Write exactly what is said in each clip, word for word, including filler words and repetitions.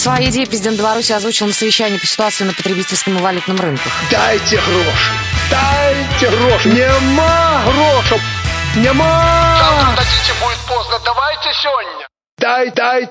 Свои идеи президент Беларуси озвучил на совещании по ситуации на потребительском и валютном рынках. Дайте гроши! Дайте гроши! Нема грошей! Нема! Завтра дадите, будет поздно. Давайте сегодня. Дай, дай!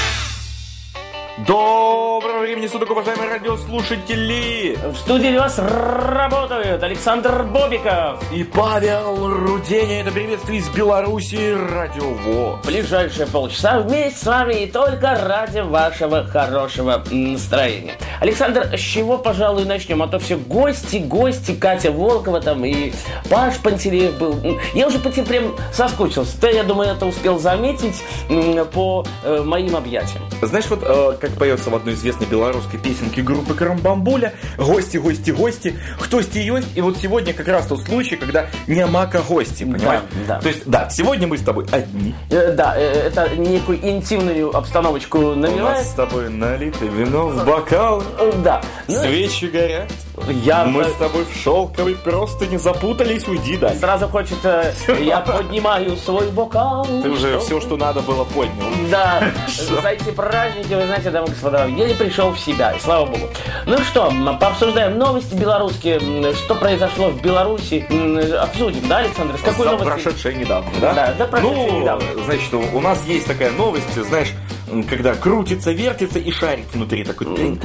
Доброго времени суток, уважаемые радиослушатели! В студии для вас работают Александр Бобиков и Павел Руденя. Это приветствие из Беларуси, Радио ВОС. Ближайшие полчаса вместе с вами и только ради вашего хорошего настроения. Александр, с чего, пожалуй, начнем? А то все гости, гости, Катя Волкова там и Паш Пантелеев был. Я уже по тебе прям соскучился. Ты, я думаю, это успел заметить по э, моим объятиям. Знаешь, вот э, как поется в одной известной белорусской песенке группы Карамбамбуля: гости, гости, гости, хтости есть. И вот сегодня как раз тот случай, когда нямака гости, понимаешь? Да, да. То есть, да, сегодня мы с тобой одни. Э, да, э, это некую интимную обстановочку навевает. У нас с тобой налито вино в бокал, э, да. свечи горят. Я... Мы с тобой в шелковой просто не запутались, уйди дальше. Сразу хочется, я поднимаю свой бокал. Ты уже все, что надо было, поднял. Да, за эти праздники, вы знаете, дамы и господа, еле пришел в себя, и слава богу. Ну что, пообсуждаем новости белорусские, что произошло в Беларуси, обсудим, да, Александр? С какой за новости? Прошедшее недавно, да? Да, да, прошедшее ну, недавно. Значит, у нас есть такая новость, знаешь, когда крутится, вертится и шарик внутри такой.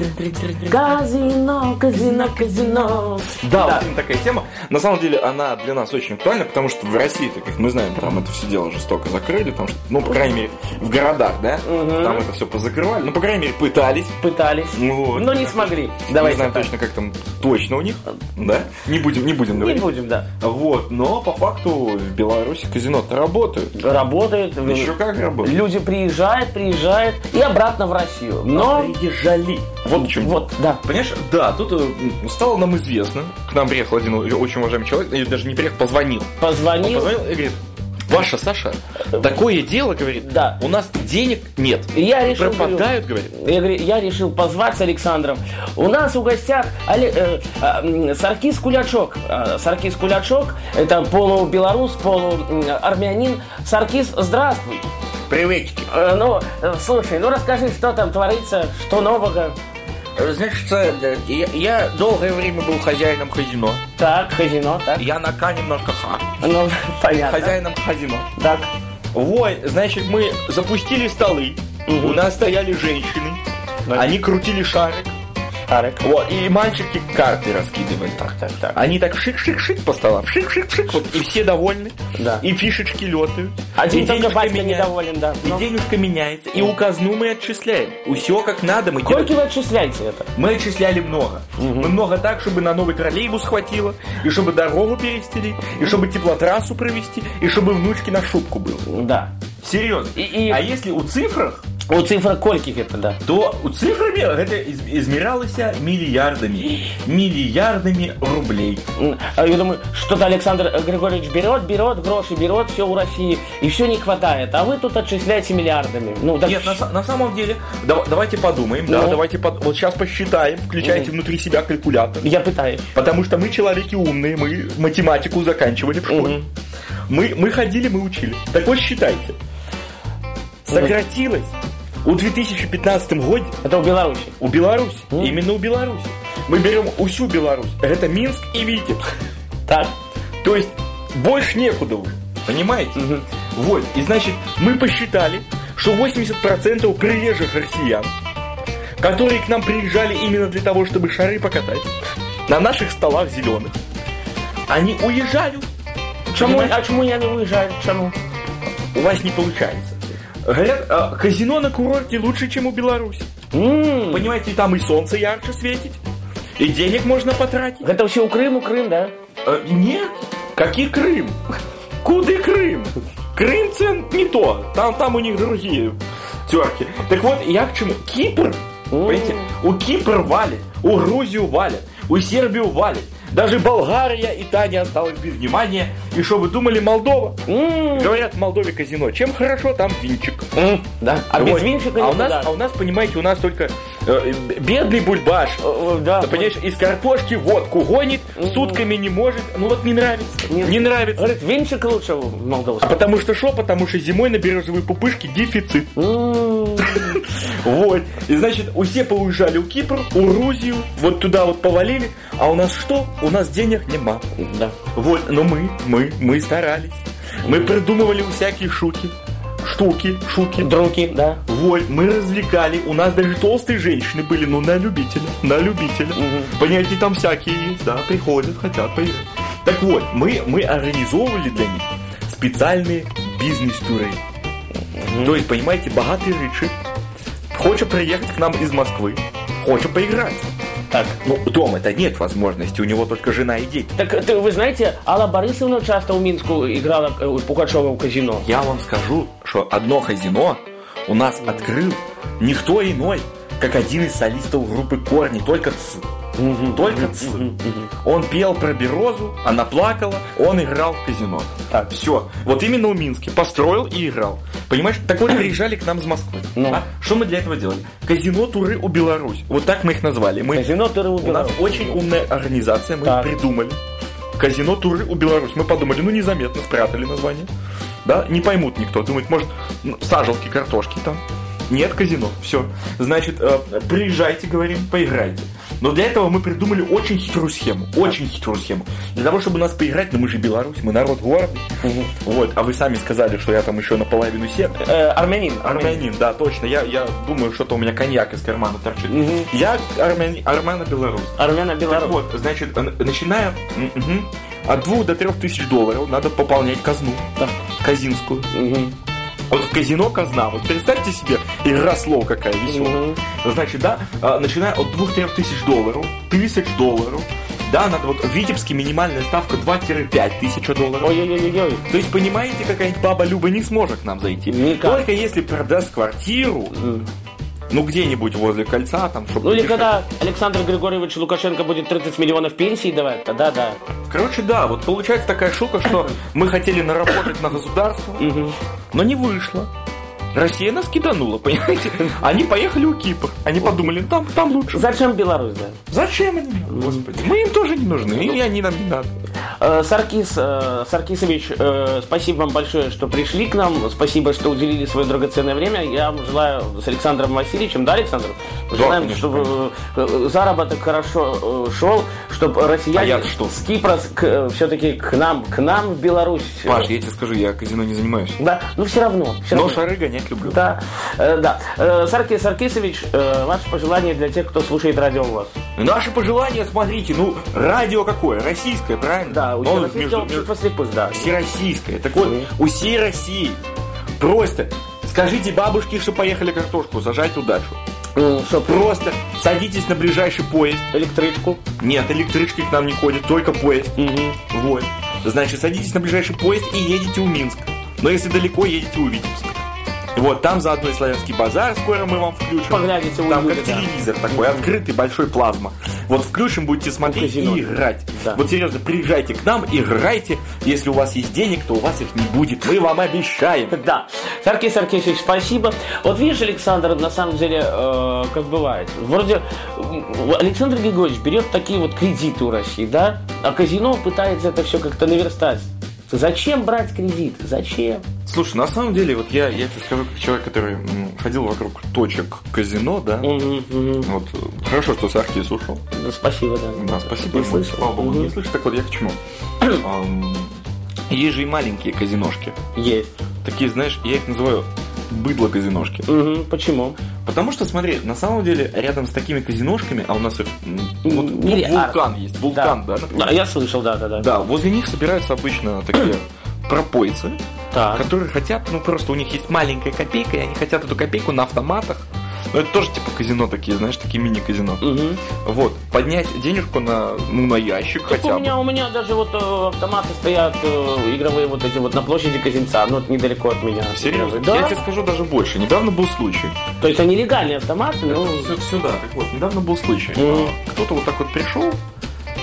Казино, казино, казино. Да, да, вот такая тема. На самом деле она для нас очень актуальна, потому что в России, как мы знаем, там это все дело жестоко закрыли, там, ну, по крайней мере, в городах, да, угу. Там это все позакрывали, ну, по крайней мере, пытались. Пытались, вот. Но не смогли. Давай не знаем так. Точно, как там точно у них, да? Не будем, не будем говорить. Не будем, да. Вот, но по факту в Беларуси казино-то работают. Работают. Еще как работают. Люди приезжают, приезжают и обратно в Россию. Но... А приезжали. Вот в чем. Вот, да. Понимаешь, да, тут стало нам известно, к нам приехал один очень уважаемый человек, или даже не приехал, позвонил. Позвонил. Он позвонил и говорит: Паша, Саша, такое дело, говорит, да. У нас денег нет. И я решил, пропадают, говорит. Я, говорю, я решил позвать с Александром. У нас в гостях Али, э, э, Саркис Кулячок. Э, Саркис Кулячок, это полубелорус, полуармянин. Саркис, здравствуй. Приветики. Э, ну, слушай, ну расскажи, что там творится, что нового. Значит, я, я долгое время был хозяином казино. Так, казино, так. Я на К немножко Х. Ну, понятно. Хозяином казино. Так. Вот, значит, мы запустили столы. Угу. У нас стояли женщины. Так. Они крутили шарик. Шарик. Вот, и мальчики карты раскидывали. Так, так, так. Они так шик-шик-шик по столам. Шик-шик-шик. Вот, и все довольны. Да. И фишечки летают. Один и только батька недоволен, да. И Но... денежка меняется. И у казну мы отчисляем. Все как надо. Мы Сколько делаем... вы отчисляете это? Мы отчисляли много. Угу. Мы много так, чтобы на новый троллейбус хватило. И чтобы дорогу перестелить. И чтобы теплотрассу провести. И чтобы внучке на шубку было. Да. Серьезно. И, и... А если у цифрах... У цифр кольких это, да. То у цифрами это измералось миллиардами. Миллиардами рублей. Я думаю, что-то Александр Григорьевич берет, берет, гроши берет, все у России, и все не хватает. А вы тут отчисляете миллиардами. Ну, так... Нет, на, на самом деле, да, давайте подумаем, ну. да, давайте под, вот сейчас посчитаем, включайте mm. внутри себя калькулятор. Я пытаюсь. Потому что мы человеки умные, мы математику заканчивали в школе. Mm-hmm. Мы, мы ходили, мы учили. Так вот считайте. Сократилось у две тысячи пятнадцатом году. Это у Беларуси. У Беларуси. Mm. Именно у Беларуси. Мы берем всю Беларусь. Это Минск и Витебск. Так. То есть больше некуда уже. Понимаете? Mm-hmm. Вот. И значит, мы посчитали, что восемьдесят процентов приезжих россиян, которые к нам приезжали именно для того, чтобы шары покатать, на наших столах зеленых, они уезжали. Чему, а чему я не уезжаю? Чему? У вас не получается. Говорят, а, казино на курорте лучше, чем у Беларуси. Mm. Понимаете, там и солнце ярче светит, и денег можно потратить. Это все у Крыму, Крым, да? А, нет. Какие Крым? Куда Крым? Крым цен не то. Там, там у них другие терки. Так вот, я к чему? Кипр. Mm. Понимаете, у Кипра валит, у Грузию валит, у Сербию валит. Даже Болгария и та не осталась без внимания. И что вы думали, Молдова? Mm. Говорят, в Молдове казино. Чем хорошо, там винчик. Mm. Да. А вот. без винчика а не у нас, да. а у нас, понимаете, у нас только э, бедный бульбаш, Да. ты понимаешь, из картошки водку гонит, сутками не может. Ну вот не нравится. Не, не нравится. Говорит, венчик лучше в молдовском. А потому что что? Потому что зимой на березовой пупышке дефицит. Вот. И значит, все поуезжали у Кипр, у Грузию, вот туда вот повалили. А у нас что? У нас денег нема. Да. Вот, но мы, мы, мы старались. Мы придумывали всякие шутки. Штуки, шутки. Друки, да. Вот, мы развлекали. У нас даже толстые женщины были, ну, на любителя. На любителя. Угу. Понятия там всякие есть, да, приходят, хотят поиграть. Так вот, мы, мы организовывали для них специальные бизнес-туры. Mm-hmm. То есть, понимаете, богатый рыцарь хочет приехать к нам из Москвы, хочет поиграть. Так. Ну, дома-то нет возможности, у него только жена и дети. Так, ты, вы знаете, Алла Борисовна часто в Минску играла у Пугачева в казино. Я вам скажу, что одно казино у нас открыл никто иной, как один из солистов группы «Корни», только ц. Угу, только ц. Угу, угу. Он пел про Березу, она плакала, он играл в казино. Так, все. Вот именно в Минске построил и играл. Понимаешь? Так вот, приезжали к нам из Москвы. Ну. А? Что мы для этого делали? Казино-туры у Беларусь. Вот так мы их назвали. Мы... Казино-туры у Беларусь. У нас очень умная организация, мы так. их придумали. Казино-туры у Беларусь. Мы подумали, ну незаметно спрятали название. Да? Не поймут никто. Думает, может, сажалки, картошки там. Нет, казино. Все. Значит, э, приезжайте, говорим, поиграйте. Но для этого мы придумали очень хитрую схему. Очень хитрую схему. Для того, чтобы нас поиграть, ну мы же Беларусь, мы народ гордый. Угу. Вот. А вы сами сказали, что я там еще наполовину серб. Э, армянин. Армянин, да, точно. Я, я думаю, что-то у меня коньяк из кармана торчит. Угу. Я армяни, армяно-белорус. Армяно-белорус. Так вот, значит, начиная угу, от двух до трех тысяч долларов надо пополнять казну. Да. Казинскую. Угу. Вот в казино казна, вот представьте себе, игра слов какая веселая. Mm-hmm. Значит, да, начиная от двух-трех тысяч долларов, тысяч долларов, да, надо вот в Витебске минимальная ставка два-пять тысяч долларов. Ой-ой-ой-ой. То есть, понимаете, какая-нибудь баба Люба не сможет к нам зайти. Никак. Только если продаст квартиру, mm. ну где-нибудь возле кольца, там, чтобы... Ну или когда Александр Григорьевич Лукашенко будет тридцать миллионов пенсий давать, тогда да. Короче, да, вот получается такая штука, что мы хотели наработать на государство, но не вышло. Россия нас киданула, понимаете? Они поехали у Кипр. Они подумали, там, там лучше. Зачем Беларусь, да? Зачем они? Господи, мы им тоже не нужны, и они нам не надо. Саркис Саркисович, спасибо вам большое, что пришли к нам. Спасибо, что уделили свое драгоценное время. Я вам желаю с Александром Васильевичем, да, Александр? Да, желаем, конечно, чтобы конечно. заработок хорошо шел, чтобы россияне а что? с Кипра к, все-таки к нам, к нам в Беларусь. Паш, я тебе скажу, я казино не занимаюсь. Да, ну все равно. Все Но равно. шары гонять люблю. Да, э, да. Э, Саркис Саркисович, э, ваше пожелание для тех, кто слушает радио у вас. Наши пожелания, смотрите, ну, радио какое? Российское, правильно? Да, у ну, между, между... слепых, да. Всероссийское. Так вот, mm-hmm. у всей России просто скажите бабушке, что поехали картошку сажать удачу. Mm, что, просто садитесь на ближайший поезд. Электричку? Нет, электрички к нам не ходят, только поезд. Mm-hmm. Вот. Значит, садитесь на ближайший поезд и едете в Минск. Но если далеко, едете в Витебск. Вот, там заодно и славянский базар, скоро мы вам включим. Поглядите, там будет, как да. телевизор такой, открытый, большой плазма. Вот включим, будете смотреть и играть. Да. Вот серьезно, приезжайте к нам, играйте. Если у вас есть денег, то у вас их не будет. Мы вам обещаем. Да. Саркис Саркисович, спасибо. Вот видишь, Александр, на самом деле, э, как бывает. Вроде Александр Григорьевич берет такие вот кредиты у России, да? А казино пытается это все как-то наверстать. Зачем брать кредит? Зачем? Слушай, на самом деле, вот я, я тебе скажу, как человек, который м, ходил вокруг точек казино, да, угу, угу. Вот, хорошо, что Саркис ушел. Да, спасибо, да. Да, спасибо ему, слава богу, угу. Не слышишь, так вот я к чему. Есть же и маленькие казиношки. Есть. Такие, знаешь, я их называю быдло-казиношки. Угу, почему? Потому что, смотри, на самом деле, рядом с такими казиношками, а у нас их, вот, вулкан есть, вулкан, да, да, да, я слышал, да, да, да. Да, возле них собираются обычно такие пропойцы, так. которые хотят, ну просто у них есть маленькая копейка, и они хотят эту копейку на автоматах. Ну, это тоже типа казино такие, знаешь, такие мини-казино. Угу. Вот, поднять денежку на, ну, на ящик так хотя у меня, бы. У меня даже вот э, автоматы стоят, э, игровые вот эти вот на площади Казинца, ну, вот недалеко от меня. Серьезно? Да? Я тебе скажу даже больше. Недавно был случай. То есть они легальные автоматы, но... Все, все, да, так вот, недавно был случай. Mm. Кто-то вот так вот пришел,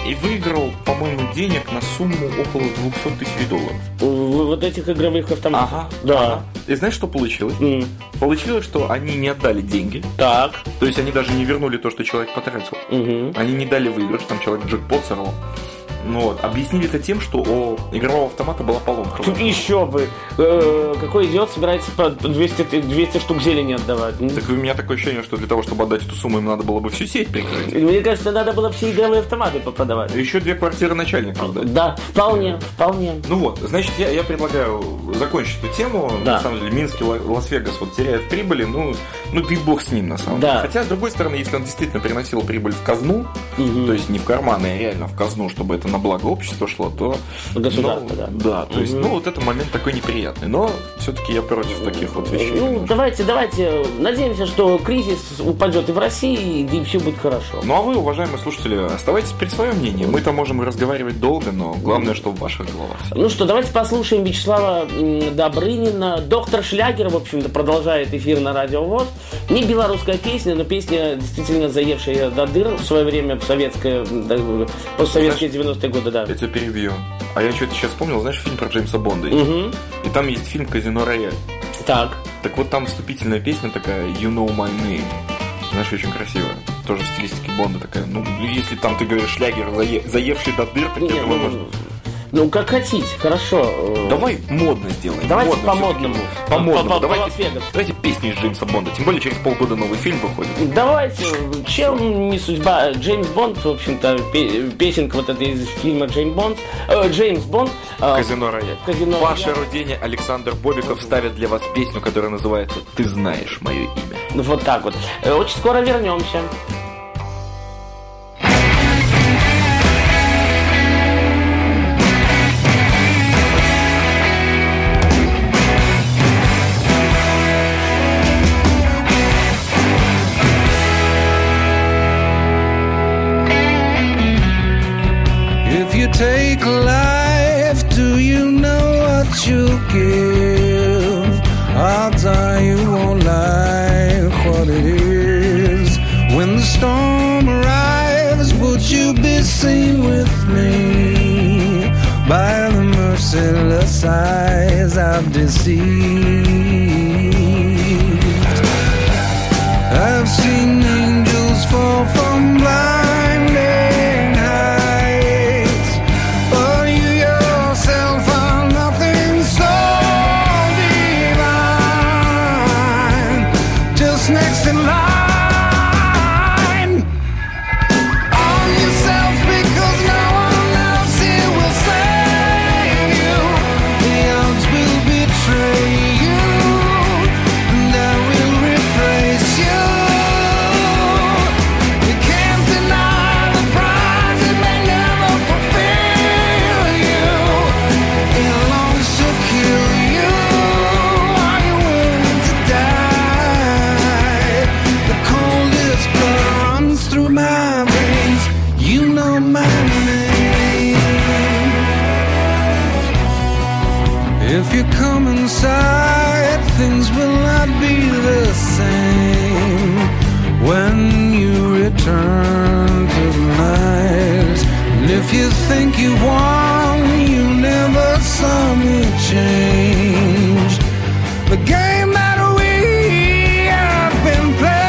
и выиграл, по-моему, денег на сумму около двухсот тысяч долларов. Вот этих игровых автоматов. Ага, да. Ага. И знаешь, что получилось? Mm. Получилось, что они не отдали деньги. Так. То есть они даже не вернули то, что человек потратил. Угу. Они не дали выигрыш, там человек джекпот сорвал. Ну вот, объяснили это тем, что у игрового автомата была поломка. Еще бы. Э, какой идиот собирается по двести, двести штук зелени отдавать? Так у меня такое ощущение, что для того, чтобы отдать эту сумму, им надо было бы всю сеть прикрыть. Мне кажется, надо было все игровые автоматы попродавать. Еще две квартиры начальника сдать. Да, вполне, вполне. Ну вот, значит, я, я предлагаю закончить эту тему. Да. На самом деле, Минск и Лас-Вегас вот теряют прибыли, ну, ну ты бог с ним, на самом деле. Да. Хотя, с другой стороны, если он действительно приносил прибыль в казну, Угу. то есть не в карманы, а реально в казну, чтобы это на благо общества шло, то... Государство, ну, да. Да, то есть, Угу. ну, вот это момент такой неприятный. Но все-таки я против таких вот вещей. Ну, немножко. давайте, давайте надеемся, что кризис упадет и в России, и все будет хорошо. Ну, а вы, уважаемые слушатели, оставайтесь при своем мнении. Мы-то можем разговаривать долго, но главное, что в ваших головах. Ну что, давайте послушаем Вячеслава м, Добрынина. Доктор Шлягер, в общем-то, продолжает эфир на Радио ВОС. Не белорусская песня, но песня, действительно заевшая до дыр в свое время, в советское, да, постсоветские девяностые годы, да. Я тебя перебью. А я что-то сейчас вспомнил, знаешь, фильм про Джеймса Бонда. Угу. И там есть фильм «Казино Рояль». Так. Так вот там вступительная песня такая «You know my name». Знаешь, очень красивая. Тоже в стилистике Бонда такая. Ну, если там ты говоришь Шлягер, зае... заевший до дыр, так Не, я думаю, ну, может... ну, как хотите, хорошо. Давай модно сделаем. Давайте модно по-модному. всё-таки. По-модному. По- по- давайте, по-Лас-Вегасу. давайте песни из Джеймса Бонда. Тем более через полгода новый фильм выходит. Давайте, чем не судьба. Джеймс Бонд, в общем-то, пе- песенка вот этой из фильма Джеймс Бонд. Э, Джеймс Бонд. э, Казино Рояль. Казино Паша Рояль. Руденя, Александр Бобиков ставят для вас песню, которая называется «Ты знаешь мое имя». Вот так вот. Э, Очень скоро вернемся. If you take life, do you know what you give? Odds are you won't like what it is. When the storm arrives, would you be seen with me by the merciless eyes I've deceived? I've seen angels fall from blinding heights, but you yourself are nothing so divine. Just next in line, on yourself, because no one else here will save you. The odds will betray you, and I will replace you. You can't deny the prize, it may never fulfill you. It longs to kill you. Are you willing to die? The coldest blood runs through my veins. You know my name. If you come inside, things will not be the same when you return to the night. And if you think you've won, you never saw me change. The game that we have been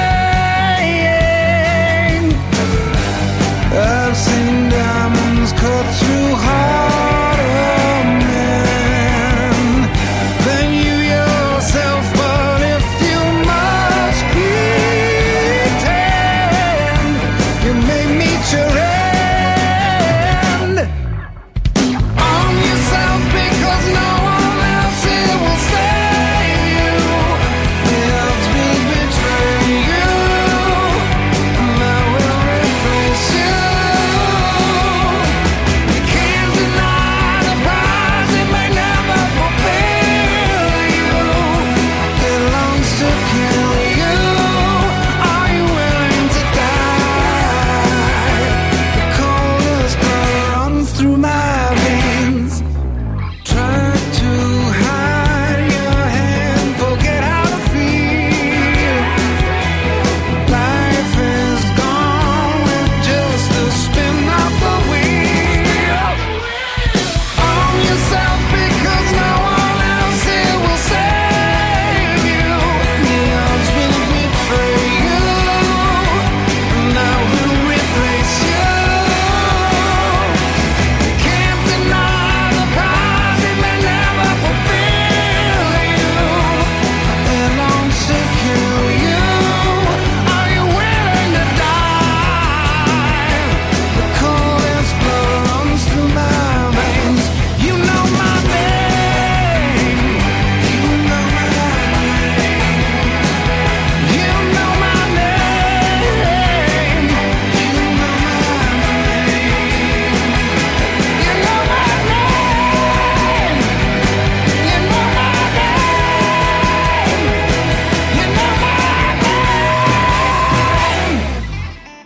playing, I've seen diamonds cut through heart of man than you yourself. But if you must pretend, you may meet your end.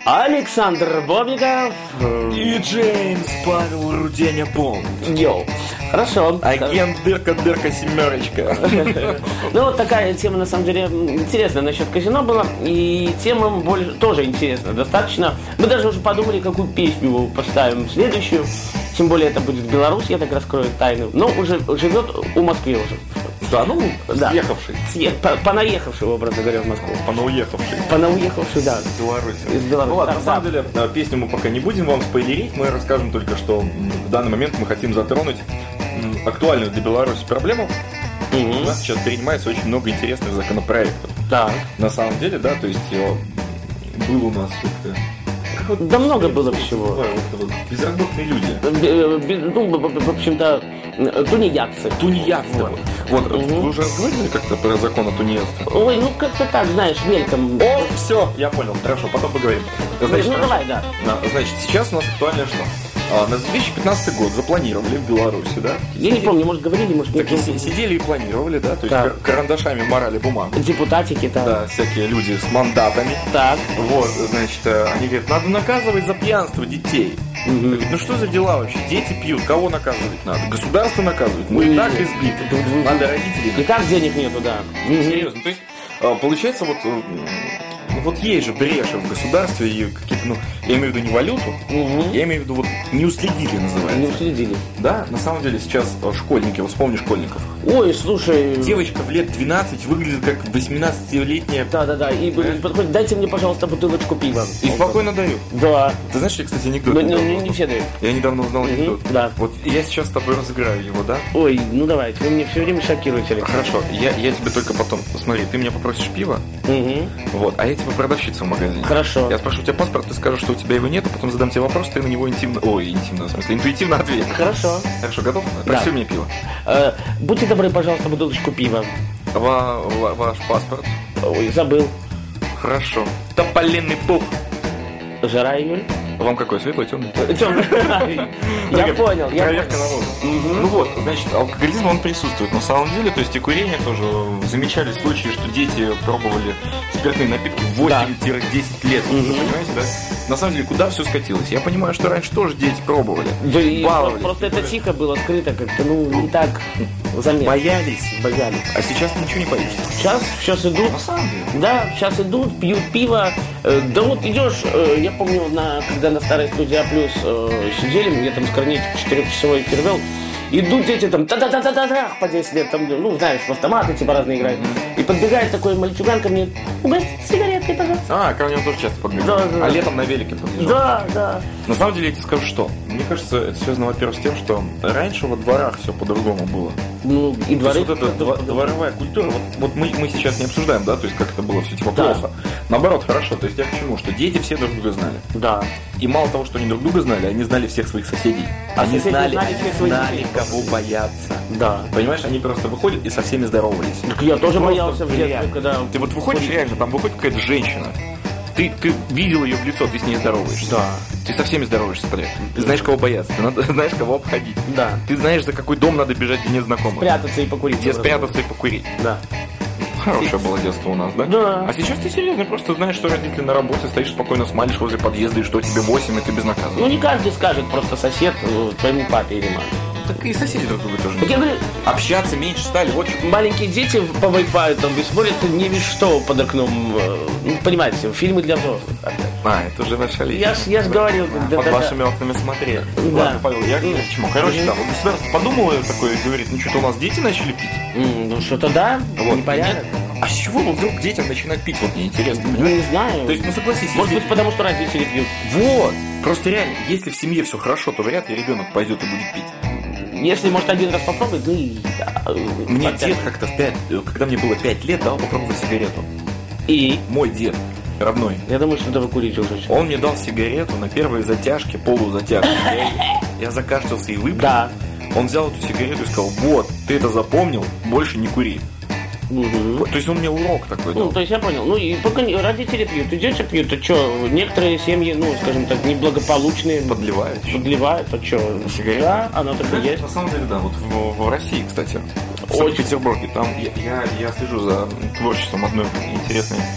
Александр Бобиков И Джеймс Павел Руденя Бонд. Йоу. Хорошо. Агент Дырка-Дырка Семерочка. Ну, вот такая тема, на самом деле, интересная насчет казино была. И тема больше, тоже интересная достаточно. Мы даже уже подумали, какую песню мы поставим следующую. Тем более это будет Беларусь, я так раскрою тайну. Но уже живет у Москвы уже. Да, ну, Да. съехавший. Съе- по- Понаехавший, образно говоря, в Москву. Понауехавший. Понауехавший, да. Из Беларуси. Из Беларуси. Ну ладно, Да, на самом да. деле, э, песню мы пока не будем вам спойлерить. Мы расскажем только, что м, в данный момент мы хотим затронуть м, актуальную для Беларуси проблему. У нас сейчас принимается очень много интересных законопроектов. Да. На самом деле, да, то есть э, был у нас как-то... Да много было всего. Вот это вот безработные люди. Б- б- Ну, в- в в общем-то, тунеядцы. Тунеядство. Вот, Мгм. вы уже разговаривали как-то про закон о тунеядстве? Ой, ну как-то так, знаешь, мельком. О, все, я понял, хорошо, потом поговорим. Значит, Ну давай, да. на- значит, сейчас у нас актуально что? А, на две тысячи пятнадцатый год запланировали в Беларуси, да? Я не помню, может говорили, может Так и нет. си- сидели и планировали, да? То есть Так. кар- карандашами морали бумагу. Депутатики, так. Да, всякие люди с мандатами. Так. Вот, значит, э, они говорят, надо наказывать за пьянство детей. Мгм. Говорит, ну что за дела вообще? Дети пьют, кого наказывать надо? Государство наказывать? Мы и так избиты. Надо родителей И так денег нету, да. Серьезно, то есть э, получается вот, э, ну, вот есть же бреши в государстве и какие-то, ну, я имею в виду не валюту, Мгм. я имею в виду вот не уследили называется. Не уследили. Да, на самом деле сейчас э, школьники, вот вспомни школьников. Ой, слушай. Девочка в лет двенадцать выглядит как восемнадцатилетняя Да-да-да. И блин, подходит, дайте мне, пожалуйста, бутылочку пива. и спокойно дают. Да. Ты знаешь, я, кстати, анекдот Но недавно не, не узнал. все дают. Я недавно узнал анекдот. да. Вот я сейчас с тобой разыграю его, да? Ой, ну давайте, вы мне все время шокируете, Алексей. Хорошо, я, я тебе только потом, смотри, ты меня попросишь пива, Мгм. вот, а я тебе продавщица в магазине. Хорошо. Я спрошу у тебя паспорт, ты скажешь, что у тебя его нет, а потом задам тебе вопрос, ты на него интимно... Ой, интимно, в смысле, интуитивно ответишь. Хорошо. Хорошо, готов? Проси мне пиво. Э, будьте добры, пожалуйста, бутылочку пива. Ва- ва- ваш паспорт. Ой, забыл. Хорошо. Тополиный пух. Жара июль. Вам какой, светлый, темный? Тёмный. Я понял, я Проверка понял. на возраст. Ну вот, значит, алкоголизм, он присутствует на самом деле, то есть и курение тоже. Замечали случаи, что дети пробовали спиртные напитки в восемь-десять лет. Вы понимаете, да? На самом деле, куда все скатилось? Я понимаю, что раньше тоже дети пробовали. Да и Баловались. просто это тихо было, скрыто как-то, ну, не так заметно. Боялись. Боялись. А сейчас ты ничего не боишься. Сейчас, сейчас идут, На самом деле. да, сейчас идут, пьют пиво. Э, Да вот идешь, э, я помню, на, когда на старой студии А плюс э, сидели, мне там с Корнейтик четырехчасовой эфир вел, идут дети там та-та-та-та-та по десять лет, там, ну, знаешь, в автоматы типа разные играют. И подбегает такой мальчуган ко мне, угостите сигареткой, пожалуйста. А, ко мне он тоже часто подбегал. Да, да. А летом на велике подъезжал. Да, да. На самом деле, я тебе скажу, что. Мне кажется, это связано, во-первых, с тем, что раньше во дворах все по-другому было. Ну, и То дворы. есть вот эта дво- дворовая культура, вот, вот мы, мы сейчас не обсуждаем, да, то есть как это было все типа Да. плохо. Наоборот, хорошо. То есть я к чему? Что дети все друг друга знали. Да. И мало того, что они друг друга знали, они знали всех своих соседей. А они соседи знали, знали они всех своих знали, детей. кого бояться. Да. Понимаешь, они просто выходят и со всеми здоровались. Так я тоже Просто боялся в детстве, реально. когда... Ты вот выходишь реально, там выходит какая-то женщина. Ты, ты видел ее в лицо, ты с ней здороваешься. Да. Ты со всеми здороваешься подряд. Ты знаешь, кого бояться, ты надо- знаешь, кого обходить. Да. Ты знаешь, за какой дом надо бежать, где нет знакомых. Прятаться и покурить. Где образно. спрятаться и покурить. Да. Хорошее было детство у нас, да? Да. А сейчас ты серьезно просто знаешь, что родители на работе, стоишь спокойно, смалишь возле подъезда, и что тебе восемь, и ты безнаказанно. Ну, не каждый скажет просто сосед э, твоему папе или маме. Так и соседи друг друга тоже. Так я говорю, Общаться меньше стали, вот что. маленькие дети по Wi-Fi там и смотрят не весь что под окном. э, Ну, понимаете, фильмы для взрослых. А, это уже ваша личность. Я ж, я ж говорил, когда... Под вашими окнами смотрели. Да. Ладно, Павел, я я к чему? Короче, да, вот государство подумало такое и говорит, ну что-то у нас дети начали пить. М, Ну, что-то да, Вот. непорядок. А с чего вы вдруг детям начинают пить? Вот мне интересно, Ну, понимаешь? не знаю. То есть, ну согласись, Может если- быть, потому что родители пьют. Вот. Просто реально, если в семье все хорошо, то вряд ли ребенок пойдет и будет пить. Если, может, один раз попробовать, ну и... да, э, Мне хотя- дед как-то в пять, когда мне было пять лет, дал попробовать сигарету. И? Мой дед, родной. Я думаю, что это вы курите уже. Он мне дал сигарету на первой затяжке, полузатяжке. Я, я закашлялся и выпил. Да. Он взял эту сигарету и сказал, вот, ты это запомнил, больше не кури. Мгм. То есть он мне урок такой Ну, дал. то есть я понял. Ну, и пока не- родители пьют, и дети пьют, а что, некоторые семьи, ну, скажем так, неблагополучные, Подливает еще. подливают, а что, Сигареты? да, оно так и есть. На самом деле, да, вот в, в России, кстати, в Очень. Санкт-Петербурге, там я, я, я слежу за творчеством одной интересной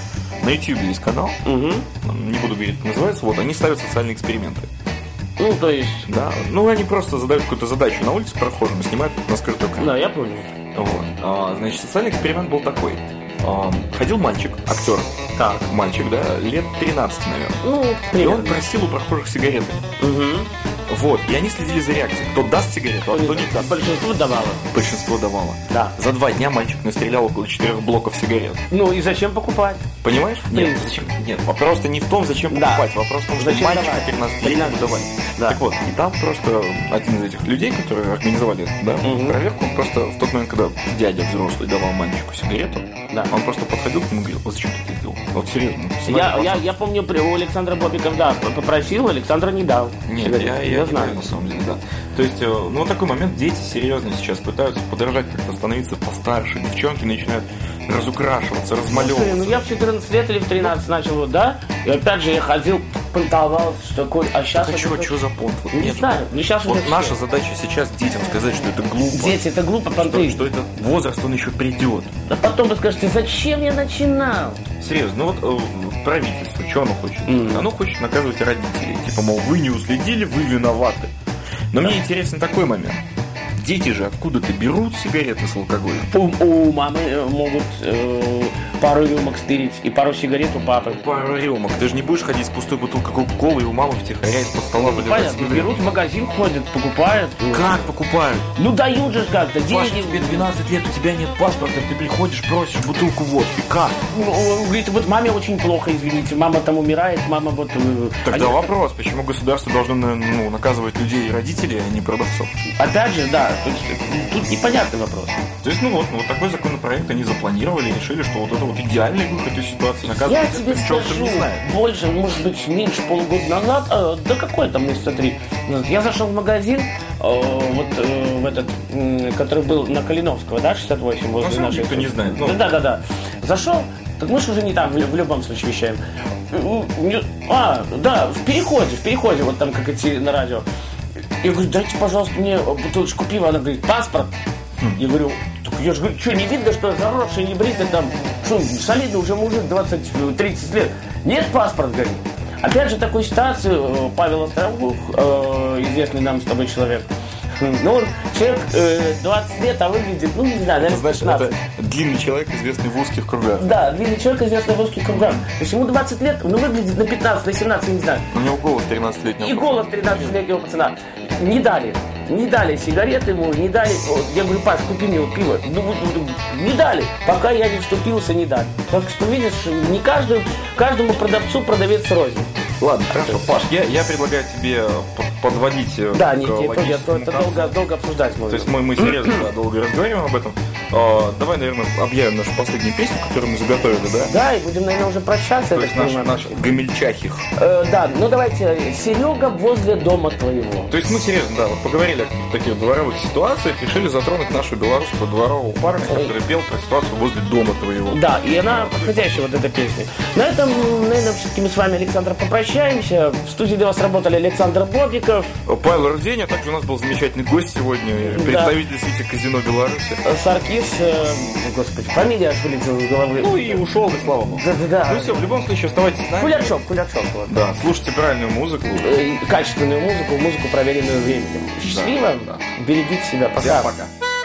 на YouTube есть канал, Угу. не буду говорить, как называется, вот, они ставят социальные эксперименты. Ну, то есть... Да, ну они просто задают какую-то задачу на улице прохожим, снимают на скрытую камеру. Да, я понял. Вот. А, значит, социальный эксперимент был такой. А, ходил мальчик, актер, Так. мальчик, да, лет тринадцать, наверное. Ну, И он примерно. просил у прохожих сигареты. Угу. Вот, и они следили за реакцией. Кто даст сигарету, а кто не даст. Большинство давало. Большинство давало. Да. За два дня мальчик настрелял около четырех блоков сигарет. Ну, и зачем покупать? Понимаешь? Нет, принципе. зачем? Нет, вопрос-то не в том, зачем Да. покупать. Вопрос в том, что Зачем мальчика давать? тринадцатилетнему давать. Да. Так вот, и там просто один из этих людей, которые организовали да, Мгм. проверку, он просто в тот момент, когда дядя взрослый давал мальчику сигарету, Да. он просто подходил к нему и говорил: вот зачем ты это сделал? Вот серьезно. Я, смотри, я, пацан. я помню, при- у Александра Бобиков, да, попросил, Александр не дал. Нет, Сигарету. я, я, не знаю. знаю, на самом деле, да. То есть, э, ну, вот такой момент, дети серьезно сейчас пытаются подражать, как-то становиться постарше, девчонки начинают разукрашиваться, Слушай, размалевываться. ну я в четырнадцать лет или в тринадцать начал, вот, да? И опять же я ходил, понтовал, что такое, а сейчас... Так а чего, чего за понт? Вот Не нет. знаю, ну сейчас Вот уже наша все. задача сейчас детям сказать, что это глупо. Дети, это глупо, понты. Что, что этот возраст, он еще придет. А потом вы скажете, зачем я начинал? Серьезно, ну вот э, правительство, что оно хочет? Мгм. Оно хочет наказывать родителей. Типа, мол, вы не уследили, вы виноваты. Но мне интересен такой момент. Дети же откуда-то берут сигареты с алкоголем. У, у мамы э, могут э, пару рюмок стырить и пару сигарет у папы. Пару рюмок. Ты же не будешь ходить с пустой бутылкой кока-колы и у мамы втихаря из-под стола выливать Понятно, сигареты. берут в магазин, ходят, покупают. ну. Как покупают? Ну дают же ж как-то, Паша, деньги. тебе двенадцать лет, у тебя нет паспорта, ты приходишь, просишь бутылку водки. Как? Ну, он говорит, вот маме очень плохо, извините, мама там умирает, мама вот... э, Тогда они- вопрос, почему государство должно ну, наказывать людей и родителей, а не продавцов? Опять же, да, тут, тут непонятный вопрос. То есть, ну вот, ну, вот такой законопроект они запланировали и решили, что вот это вот идеальный выход из ситуации. Наказывать Я тех, тебе кто в чём-то скажу, не знает. больше, может быть, меньше полугода назад, э, да какой там месяца три назад, я зашел в магазин, э, вот э, в этот, м, который был на Калиновского, да, шестьдесят восемь, возле Ну, нашей... никто не знает, ну. Да, да, да. Зашел, так мы же уже не там, в, в любом случае вещаем. А, да, в переходе, в переходе, вот там, как идти на радио. Я говорю, дайте, пожалуйста, мне бутылочку пива. Она говорит, паспорт. Я говорю, так я же говорю, что, не видно, что заросший, не бритый там, что, солидный уже мужик, двадцать-тридцать лет. Нет паспорт, говорит. Опять же, такую ситуацию э, Павел Островух, э, известный нам с тобой человек, ну, он человек э, двадцать лет, а выглядит, ну, не знаю, Это наверное, значит, пятнадцать. это длинный человек, известный в узких кругах. Да, длинный человек, известный в узких кругах. То есть ему двадцать лет, но выглядит на пятнадцать, на семнадцать, я не знаю. У него голос тринадцатилетнего. И голос тринадцатилетнего пацана. Не дали. Не дали сигареты ему, не дали. Вот, я говорю, Паш, купи мне вот пиво. Ну, вот, вот, не дали. Пока я не вступился, не дали. Так что, видишь, не каждому, каждому продавцу продавец рознь. Ладно, хорошо, Паш, я, я предлагаю тебе п- подводить э, Да, к не, это, логическому это концу. долго, долго обсуждать можно. То есть мы, мы серьезно да, долго разговариваем об этом. А, давай, наверное, объявим нашу последнюю песню, которую мы заготовили, да? Да, и будем, наверное, уже прощаться. То я есть так наш, понимаю. наш Гамельчахих. Э, да, ну давайте, Серега возле дома твоего. То есть мы серьезно, да, вот поговорили о каких-то таких дворовых ситуациях, решили затронуть нашу белорусского дворового парня, который пел про ситуацию возле дома твоего. Да, и она подходящая, вот эта песня. На этом, наверное, все-таки мы с вами, Александр, попрощаемся. В студии для вас работали Александр Бобиков, Павел Рудень, а также у нас был замечательный гость сегодня, представитель сети казино Беларуси. Саркис, э, господи, фамилия аж вылетела из головы. Ну и ушел, и слава богу. Да-да-да. Ну все, в любом случае, оставайтесь с нами. Кулячок, кулячок. Вот. Да, слушайте правильную музыку. Э, Качественную музыку, музыку, проверенную временем. Счастливо, да. берегите себя, пока. Всем пока.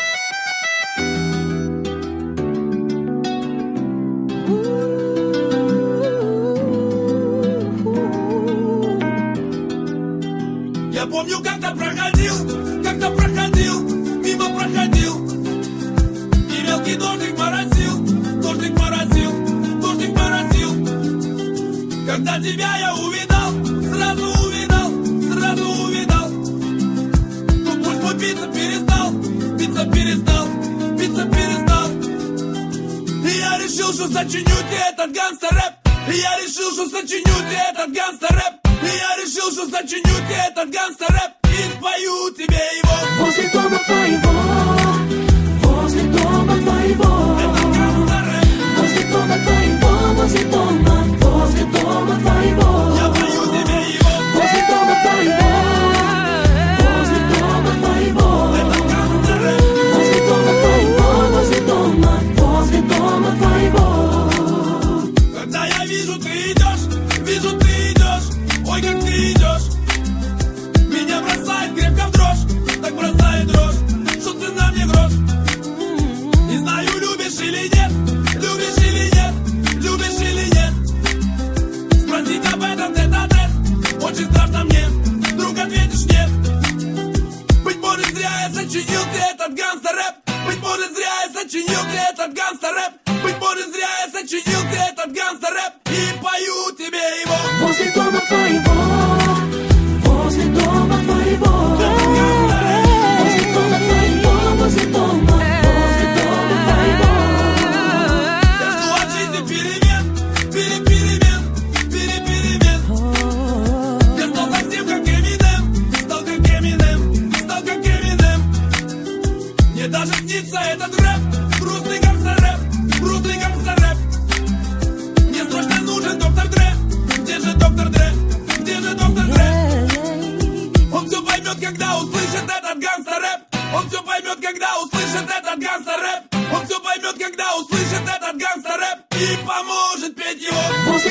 Я помню, как-то проходил, как-то проходил, мимо проходил. И мелкий дождик моросил, дождик моросил, дождик моросил. Когда тебя я увидал, сразу увидал, сразу увидал. Ну пусть мой биться перестал, биться перестал, биться перестал. И я решил, что сочиню тебе этот гангстер-рэп. И я решил, что сочиню тебе этот гангстер-рэп. И я решил, что сочиню тебе этот гангстер-рэп. И спою тебе его. Возле дома твоего, возле дома твоего, Это гангстер-рэп. возле дома твоего, возле дома, возле дома твоего, Я пою тебе его. возле дома твоего, возле дома твоего, Это гангстер-рэп. возле дома твоего, возле дома, возле дома твоего. Когда я вижу очень страшно мне, вдруг ответишь нет. Быть может, зря я сочинил тебе этот гангстер-рэп. Быть может, зря я сочинил тебе этот гангстер-рэп. Быть может, зря я сочинил тебе этот гангстер-рэп. И пою тебе его. Возле дома твоего, возле дома твоего, возле дома твоего, возле дома, возле дома твоего. Я жду от жизни перемен, пере-перемен, пере-перемен. Я стал совсем как Эминем, стал как Эминем, стал как Эминем. Мне даже снится этот рэп, грустный гангстер-рэп, грустный гангстер-рэп. Мне срочно нужен доктор Дре. Где же доктор Дре? Где же доктор Дре? Он все поймет, когда услышит этот гангстер-рэп. Он все поймет, когда услышит этот гангстер-рэп. Он все поймет, когда услышит этот гангстер-рэп. И поможет петь его.